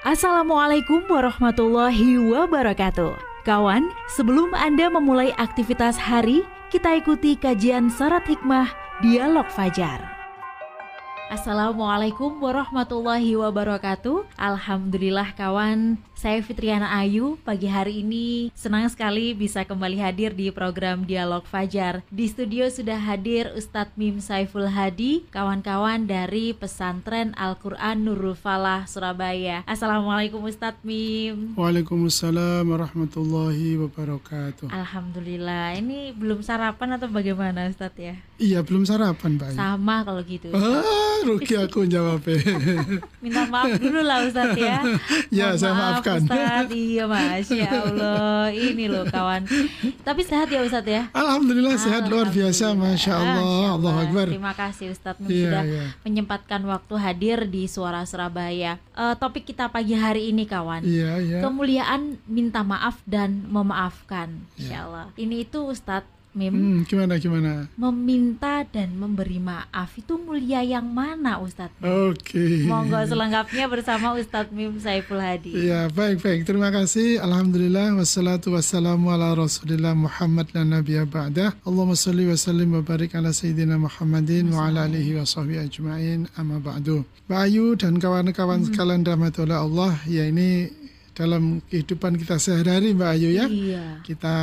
Assalamualaikum warahmatullahi wabarakatuh. Kawan, sebelum Anda memulai aktivitas hari, kita ikuti kajian Syarat Hikmah Dialog Fajar. Assalamualaikum warahmatullahi wabarakatuh. Alhamdulillah kawan, saya Fitriana Ayu. Pagi hari ini senang sekali bisa kembali hadir di program Dialog Fajar. Di studio sudah hadir Ustadz Mim Saiful Hadi, kawan-kawan dari Pesantren Al-Quran Nurul Falah Surabaya. Assalamualaikum Ustadz Mim. Waalaikumsalam warahmatullahi wabarakatuh. Alhamdulillah, ini belum sarapan atau bagaimana Ustadz ya? Iya, belum sarapan Pak. Sama kalau gitu. Rugi aku jawabnya. Minta maaf dulu lah Ustadz ya. Ya, saya maafkan Ustadz. Iya, Masya Allah. Ini loh kawan. Tapi sehat ya Ustadz ya? Alhamdulillah sehat luar biasa. Masya Allah. Allahu Akbar. Terima kasih Ustadz sudah menyempatkan waktu hadir di Suara Surabaya. Topik kita pagi hari ini kawan, kemuliaan minta maaf dan memaafkan. Insya Allah. Ini itu Ustadz Mim, gimana? Meminta dan memberi maaf itu mulia yang mana Ustadz Mim? Oke. Monggo selengkapnya bersama Ustadz Mim Saiful Hadi. Ya, baik. Terima kasih. Alhamdulillah wassalatu wassalamu ala Rasulillah Muhammad la nabiyya ba'dah. Allahumma shalli wa sallim wa barik ala sayyidina Muhammadin wa ala alihi wa sahbihi ajma'in. Amma ba'du. Mbak Ayu dan kawan-kawan sekalian rahmatullah Allah, ya ini dalam kehidupan kita sehari-hari Mbak Ayu ya. Iya. Kita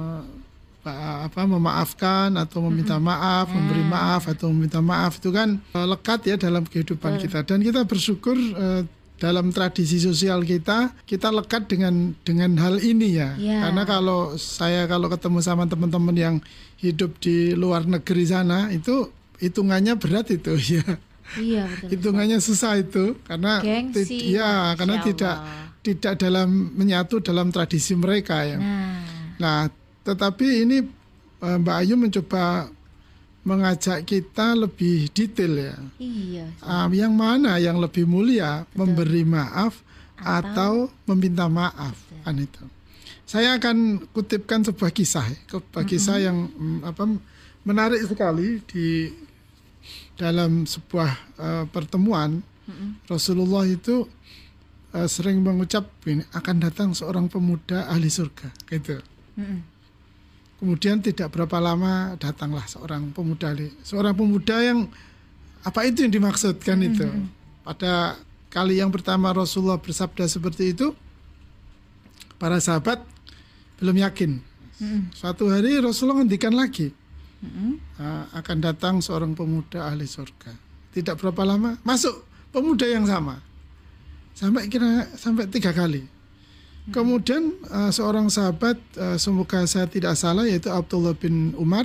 memaafkan atau meminta maaf, memberi maaf atau meminta maaf itu kan lekat ya dalam kehidupan kita, dan kita bersyukur dalam tradisi sosial kita lekat dengan hal ini ya. Karena kalau ketemu sama teman-teman yang hidup di luar negeri sana itu hitungannya berat itu ya. Iya, betul. Hitungannya susah itu karena karena tidak dalam menyatu dalam tradisi mereka ya. Nah, tetapi ini Mbak Ayu mencoba mengajak kita lebih detail ya. Iya. Yang mana yang lebih mulia, memberi maaf atau meminta maaf, kan itu. Saya akan kutipkan sebuah kisah yang menarik sekali di dalam sebuah pertemuan. Rasulullah itu sering mengucap ini, akan datang seorang pemuda ahli surga, gitu. Kemudian tidak berapa lama datanglah seorang pemuda yang apa itu yang dimaksudkan itu. Pada kali yang pertama Rasulullah bersabda seperti itu, para sahabat belum yakin. Suatu hari Rasulullah ngendikan lagi, akan datang seorang pemuda ahli surga. Tidak berapa lama masuk pemuda yang sama, sampai 3 kali. Kemudian seorang sahabat, semoga saya tidak salah, yaitu Abdullah bin Umar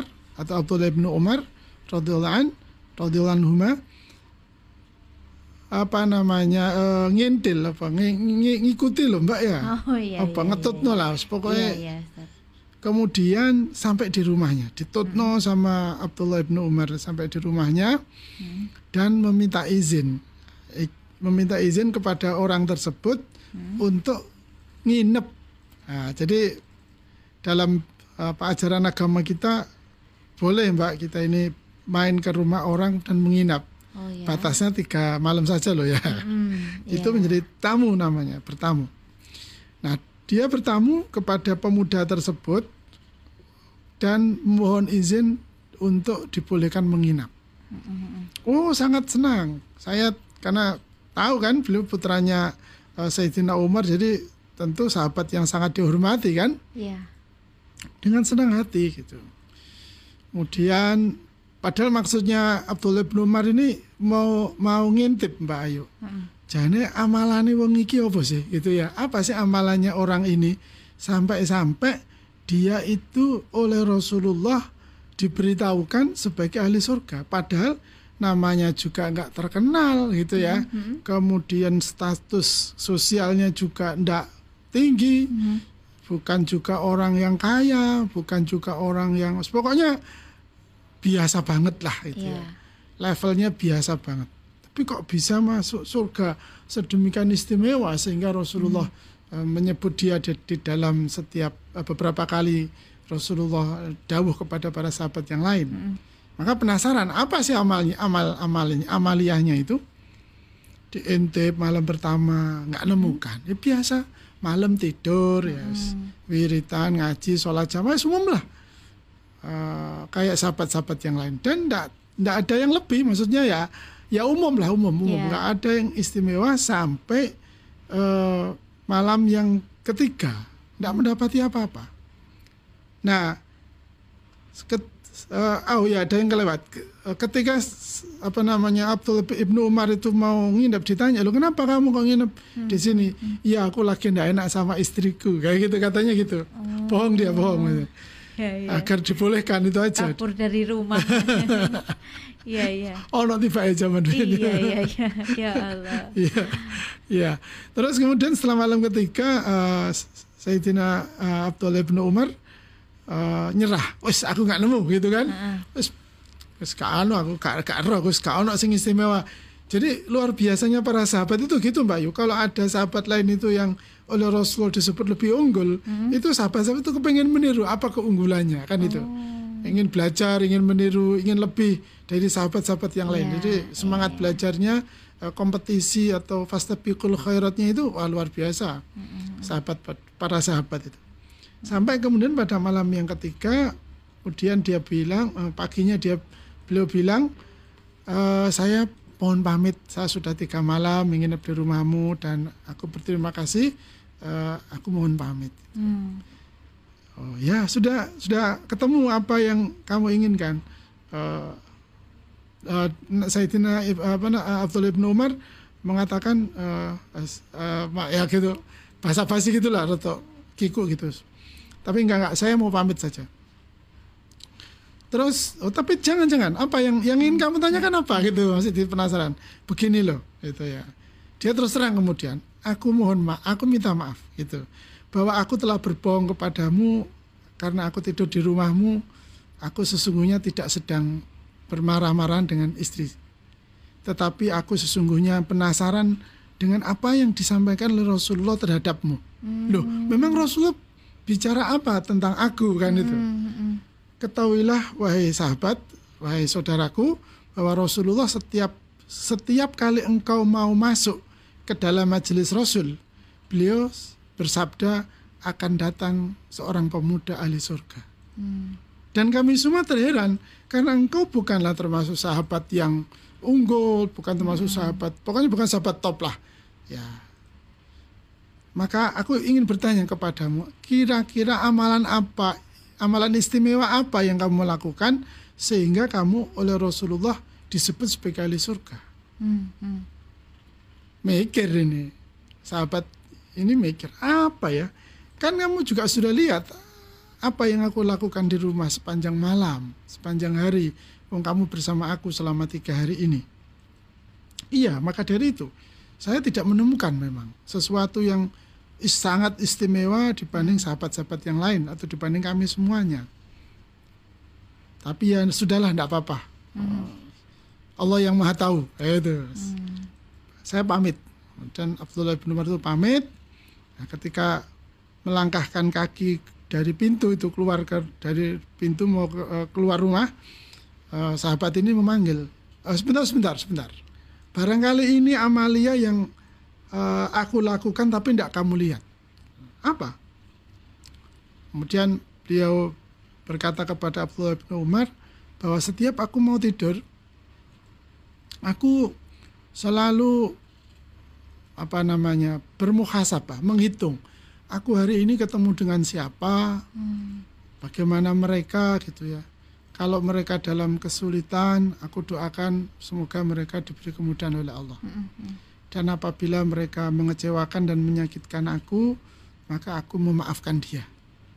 radhiyallahu anhuma, ngintil ngikuti loh Mbak ya. Ngetutno lah pokoknya. Kemudian sampai di rumahnya, ditutno sama Abdullah bin Umar sampai di rumahnya, dan meminta izin kepada orang tersebut untuk nginep. Nah, jadi dalam ajaran agama kita boleh Mbak kita ini main ke rumah orang dan menginap. Batasnya 3 malam saja loh ya. Itu menjadi tamu, namanya bertamu. Nah, dia bertamu kepada pemuda tersebut dan mohon izin untuk dibolehkan menginap. Sangat senang. Saya karena tahu kan beliau putranya Sayyidina Umar, jadi tentu sahabat yang sangat dihormati kan. Dengan senang hati gitu. Kemudian padahal maksudnya Abdullah bin Umar ini mau ngintip Mbak Ayu. Jane amalane wong iki apa sih gitu ya. Apa sih amalannya orang ini sampai dia itu oleh Rasulullah diberitahukan sebagai ahli surga, padahal namanya juga nggak terkenal gitu ya. Kemudian status sosialnya juga nggak tinggi, bukan juga orang yang kaya, bukan juga orang yang pokoknya biasa banget lah itu ya. Levelnya biasa banget. Tapi kok bisa masuk surga sedemikian istimewa sehingga Rasulullah menyebut dia di dalam setiap beberapa kali Rasulullah dawuh kepada para sahabat yang lain. Maka penasaran apa sih amaliyahnya itu? diintip malam pertama nggak nemukan. Ya biasa malam tidur ya wiritan ngaji sholat jamaah umum lah. Kayak sahabat-sahabat yang lain dan nggak ada yang lebih, maksudnya ya umum lah, umum nggak ada yang istimewa sampai malam yang ketiga nggak mendapati apa-apa. Nah, ada yang kelewat. Ketika Abdullah ibnu Umar itu mau nginep, ditanya, lo kenapa kamu kok nginep di sini? Iya, aku lagi nggak enak sama istriku, kayak gitu katanya gitu. Bohong dia, bohong. Agar dibolehkan itu aja. Kabur dari rumah. Iya. Oh, tiba zaman dulu. Iya. Ya Allah. Iya. Terus kemudian setelah malam ketiga, Sayyidina Abdullah bin Umar nyerah. Wes aku nggak nemu gitu kan. Wes aku gak ono sing istimewa. Jadi luar biasanya para sahabat itu gitu Mbak Yu. Kalau ada sahabat lain itu yang oleh Rasul disebut lebih unggul, itu sahabat-sahabat itu kepengen meniru apa keunggulannya kan itu. Ingin belajar, ingin meniru, ingin lebih dari sahabat-sahabat yang lain. Jadi semangat belajarnya, kompetisi atau fastabiqul khairatnya itu luar biasa. Para sahabat itu. Sampai kemudian pada malam yang ketiga, kemudian dia bilang, paginya beliau bilang, saya mohon pamit, saya sudah 3 malam menginap di rumahmu dan aku berterima kasih, aku mohon pamit. Oh ya, sudah ketemu apa yang kamu inginkan. Sayyidina Abdullah bin Umar mengatakan ya gitu, basa-basi gitulah, atau kiku gitu. Tapi enggak, saya mau pamit saja. Terus, tapi jangan, apa yang ingin kamu tanyakan apa gitu, masih penasaran. Begini loh, gitu ya. Dia terus terang kemudian, aku minta maaf gitu, bahwa aku telah berbohong kepadamu karena aku tidur di rumahmu. Aku sesungguhnya tidak sedang bermarah-marahan dengan istri, tetapi aku sesungguhnya penasaran dengan apa yang disampaikan oleh Rasulullah terhadapmu. Loh, memang Rasulullah bicara apa tentang aku kan itu. Ketahuilah wahai sahabat, wahai saudaraku, bahwa Rasulullah setiap kali engkau mau masuk ke dalam majelis Rasul, beliau bersabda akan datang seorang pemuda ahli surga. Dan kami semua terheran karena engkau bukanlah termasuk sahabat yang unggul, bukan termasuk sahabat, pokoknya bukan sahabat top lah. Ya. Maka aku ingin bertanya kepadamu, kira-kira amalan istimewa apa yang kamu lakukan sehingga kamu oleh Rasulullah disebut sebagai ahli surga? Mikir ini, sahabat ini mikir, apa ya? Kan kamu juga sudah lihat apa yang aku lakukan di rumah sepanjang malam, sepanjang hari. Kamu bersama aku selama 3 hari ini. Iya, maka dari itu saya tidak menemukan memang sesuatu yang sangat istimewa dibanding sahabat-sahabat yang lain atau dibanding kami semuanya. Tapi ya sudahlah, tidak apa-apa. Allah yang maha tahu. Itu. Saya pamit. Dan Abdullah bin Umar itu pamit. Nah, ketika melangkahkan kaki dari pintu itu dari pintu mau keluar rumah, sahabat ini memanggil, sebentar. Barangkali ini amalia yang aku lakukan tapi tidak kamu lihat. Apa? Kemudian beliau berkata kepada Abdullah bin Umar bahwa setiap aku mau tidur, aku selalu bermuhasabah, menghitung. Aku hari ini ketemu dengan siapa, bagaimana mereka gitu ya. Kalau mereka dalam kesulitan, aku doakan semoga mereka diberi kemudahan oleh Allah. Dan apabila mereka mengecewakan dan menyakitkan aku, maka aku memaafkan dia.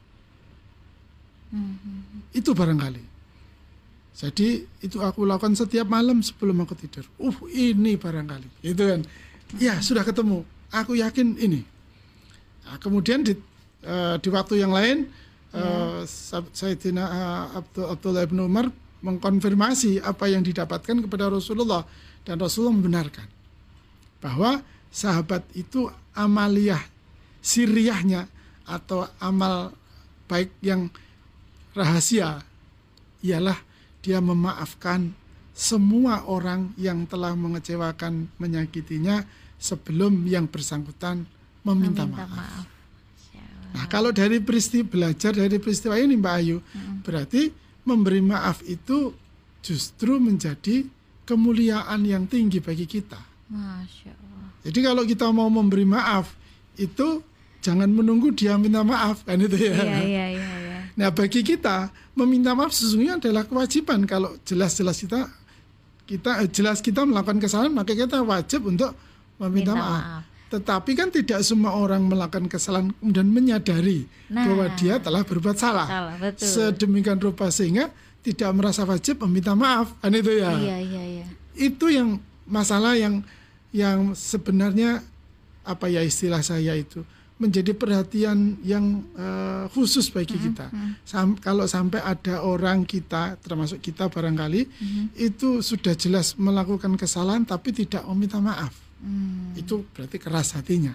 Itu barangkali. Jadi itu aku lakukan setiap malam sebelum aku tidur. Ini barangkali. Itu kan. Ya sudah ketemu. Aku yakin ini. Nah, kemudian di waktu yang lain, Sayyidina Abdullah bin Umar mengkonfirmasi apa yang didapatkan kepada Rasulullah, dan Rasulullah membenarkan bahwa sahabat itu amaliyah sirriyahnya atau amal baik yang rahasia ialah dia memaafkan semua orang yang telah mengecewakan, menyakitinya sebelum yang bersangkutan meminta maaf. Nah, kalau dari belajar dari peristiwa ini Mbak Ayu, berarti memberi maaf itu justru menjadi kemuliaan yang tinggi bagi kita. Masya Allah. Jadi kalau kita mau memberi maaf itu jangan menunggu dia minta maaf, kan itu ya. Iya. Nah, bagi kita meminta maaf sesungguhnya adalah kewajiban. Kalau jelas-jelas kita melakukan kesalahan, maka kita wajib untuk meminta maaf. Tetapi kan tidak semua orang melakukan kesalahan kemudian menyadari bahwa dia telah berbuat salah. Betul. Sedemikian rupa sehingga tidak merasa wajib meminta maaf, kan itu ya. Iya. Itu yang masalah yang sebenarnya apa ya istilah saya itu menjadi perhatian yang khusus bagi kita. Kalau sampai ada orang kita, termasuk kita barangkali, itu sudah jelas melakukan kesalahan tapi tidak meminta maaf. Itu berarti keras hatinya.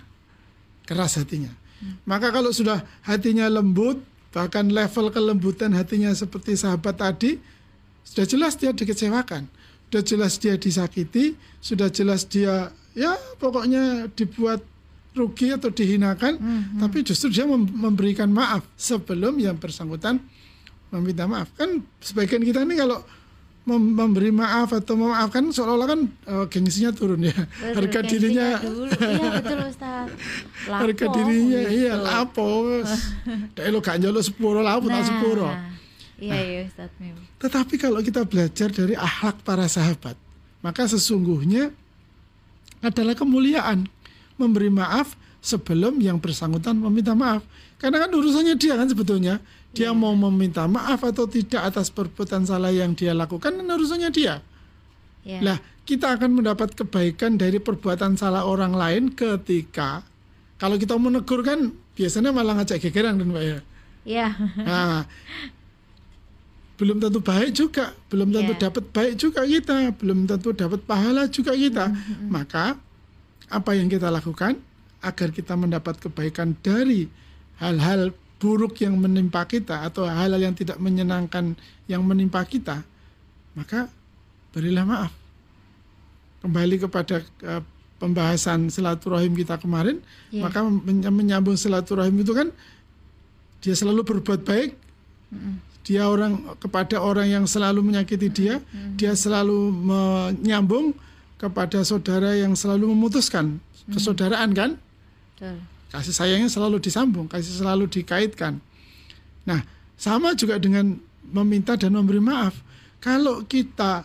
Maka kalau sudah hatinya lembut, bahkan level kelembutan hatinya seperti sahabat tadi, sudah jelas dia dikecewakan, sudah jelas dia disakiti, sudah jelas dia ya pokoknya dibuat rugi atau dihinakan, tapi justru dia memberikan maaf sebelum yang bersangkutan meminta maaf. Kan sebagian kita ini kalau memberi maaf atau memaafkan seolah-olah kan gengsinya turun ya. Betul, harga dirinya dulu. Iya betul Ustaz. Harga dirinya iya lapo. Dek lo gak nyolok 10 lapo tak 10. Iya Ustaz. Tetapi kalau kita belajar dari akhlak para sahabat, maka sesungguhnya adalah kemuliaan memberi maaf sebelum yang bersangkutan meminta maaf. Karena kan urusannya dia kan sebetulnya. Dia mau meminta maaf atau tidak atas perbuatan salah yang dia lakukan, kan urusannya dia. Lah, kita akan mendapat kebaikan dari perbuatan salah orang lain ketika kalau kita menegur kan biasanya malah ngajak gegeran kan Mbak ya. Iya. Nah, belum tentu baik juga, belum tentu dapat baik juga kita, belum tentu dapat pahala juga kita. Maka apa yang kita lakukan agar kita mendapat kebaikan dari hal-hal buruk yang menimpa kita atau hal-hal yang tidak menyenangkan yang menimpa kita, maka berilah maaf. Kembali kepada pembahasan silaturahim kita kemarin, maka menyambung silaturahim itu kan dia selalu berbuat baik, dia kepada orang yang selalu menyakiti dia, dia selalu menyambung kepada saudara yang selalu memutuskan persaudaraan kan. Betul. Kasih sayangnya selalu disambung, kasih selalu dikaitkan. Nah, sama juga dengan meminta dan memberi maaf. Kalau kita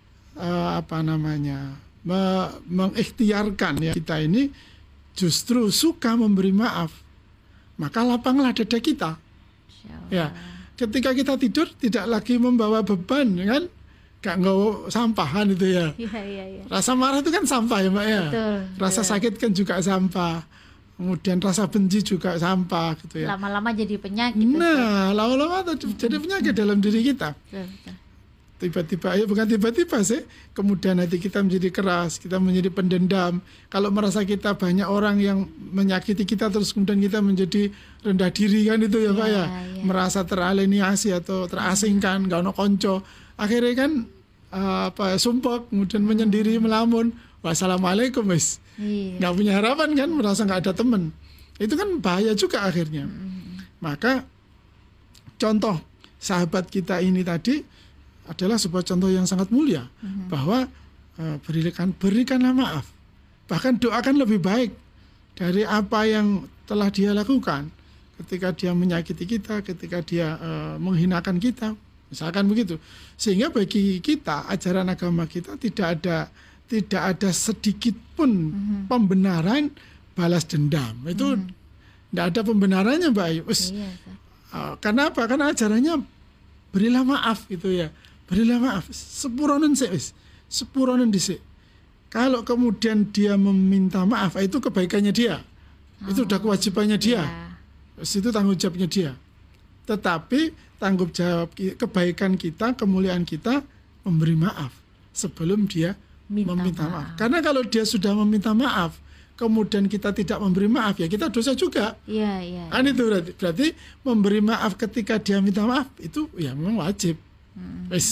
mengikhtiarkan ya kita ini justru suka memberi maaf, maka lapanglah dada kita. Ya, ketika kita tidur tidak lagi membawa beban, kan? Gak nggak sampahan itu ya. Iya. Rasa marah itu kan sampah ya Mbak ya. Betul. Rasa sakit kan juga sampah. Kemudian rasa benci juga sampah gitu ya. Lama-lama jadi penyakit. Nah, lama-lama jadi penyakit dalam diri kita. Tiba-tiba, ya bukan tiba-tiba sih. Kemudian hati kita menjadi keras, kita menjadi pendendam. Kalau merasa kita banyak orang yang menyakiti kita, terus kemudian kita menjadi rendah diri kan itu ya Pak ya. Merasa teralienasi atau terasingkan, gak ono konco. Akhirnya kan sumpah, kemudian menyendiri, melamun. Wassalamualaikum wis. Nggak punya harapan kan, merasa nggak ada teman. Itu kan bahaya juga akhirnya. Maka contoh sahabat kita ini tadi adalah sebuah contoh yang sangat mulia, bahwa berikanlah maaf, bahkan doakan lebih baik dari apa yang telah dia lakukan ketika dia menyakiti kita, ketika dia menghinakan kita, misalkan begitu. Sehingga bagi kita ajaran agama kita tidak ada sedikit pun pembenaran balas dendam. Itu tidak ada pembenarannya Mbak Ayu. Karena apa? Karena ajarannya berilah maaf gitu ya. Berilah maaf. Sepuronen dhisik. Kalau kemudian dia meminta maaf, itu kebaikannya dia. Itu udah kewajibannya dia. Itu tanggung jawabnya dia. Tetapi tanggung jawab kebaikan kita, kemuliaan kita memberi maaf sebelum dia meminta maaf. Karena kalau dia sudah meminta maaf, kemudian kita tidak memberi maaf, ya kita dosa juga. Iya. Kan itu berarti memberi maaf ketika dia minta maaf itu ya memang wajib.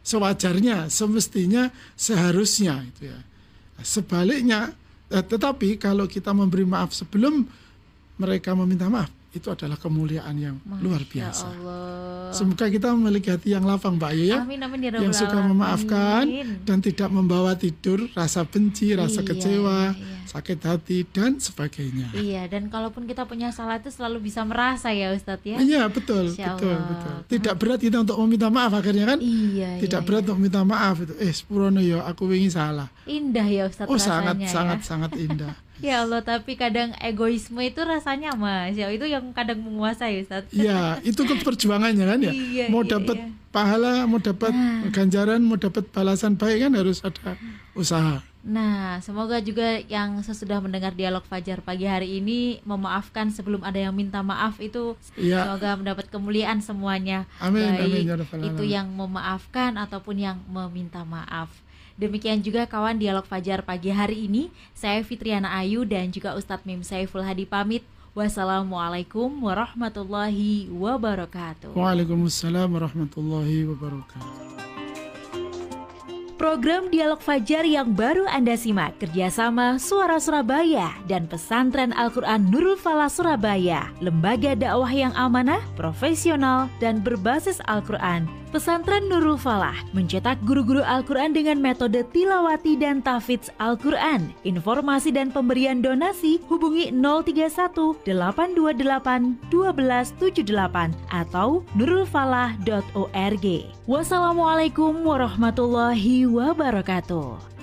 sewajarnya, semestinya, seharusnya itu ya. Sebaliknya, tetapi kalau kita memberi maaf sebelum mereka meminta maaf, itu adalah kemuliaan yang luar biasa. Allah. Semoga kita memiliki hati yang lapang, Mbak Ayu ya. Amin, amin, ya Rabbal yang suka alamin. memaafkan dan tidak membawa tidur rasa benci, rasa kecewa, sakit hati dan sebagainya. Iya, dan kalaupun kita punya salah itu selalu bisa merasa ya Ustadz ya. Iya, betul, Insya betul, Allah. betul. Tidak berat kita untuk meminta maaf akhirnya kan? Iya. Tidak berat untuk meminta maaf itu. Sepurono yo aku wingi salah. Indah ya Ustadz rasanya sangat indah. Ya Allah, tapi kadang egoisme itu rasanya Mas, ya itu yang kadang menguasai Ustadz. Iya, itu perjuangannya kan ya. Mau dapat pahala, mau dapat ganjaran, mau dapat balasan baik kan harus ada usaha. Nah, semoga juga yang sesudah mendengar dialog Fajar pagi hari ini memaafkan sebelum ada yang minta maaf itu. Semoga mendapat kemuliaan semuanya. Amin, baik amin, ya Rabbal alamin. Itu yang memaafkan ataupun yang meminta maaf. Demikian juga kawan dialog Fajar pagi hari ini. Saya Fitriana Ayu dan juga Ustadz Mim Saiful Hadi pamit. Wassalamualaikum warahmatullahi wabarakatuh. Waalaikumsalam warahmatullahi wabarakatuh. Program Dialog Fajar yang baru Anda simak kerjasama Suara Surabaya dan Pesantren Al-Quran Nurul Falah Surabaya, lembaga dakwah yang amanah, profesional, dan berbasis Al-Quran. Pesantren Nurul Falah mencetak guru-guru Al-Quran dengan metode tilawati dan tahfidz Al-Quran. Informasi dan pemberian donasi hubungi 031 828 1278 atau nurulfalah.org. Wassalamualaikum warahmatullahi wabarakatuh.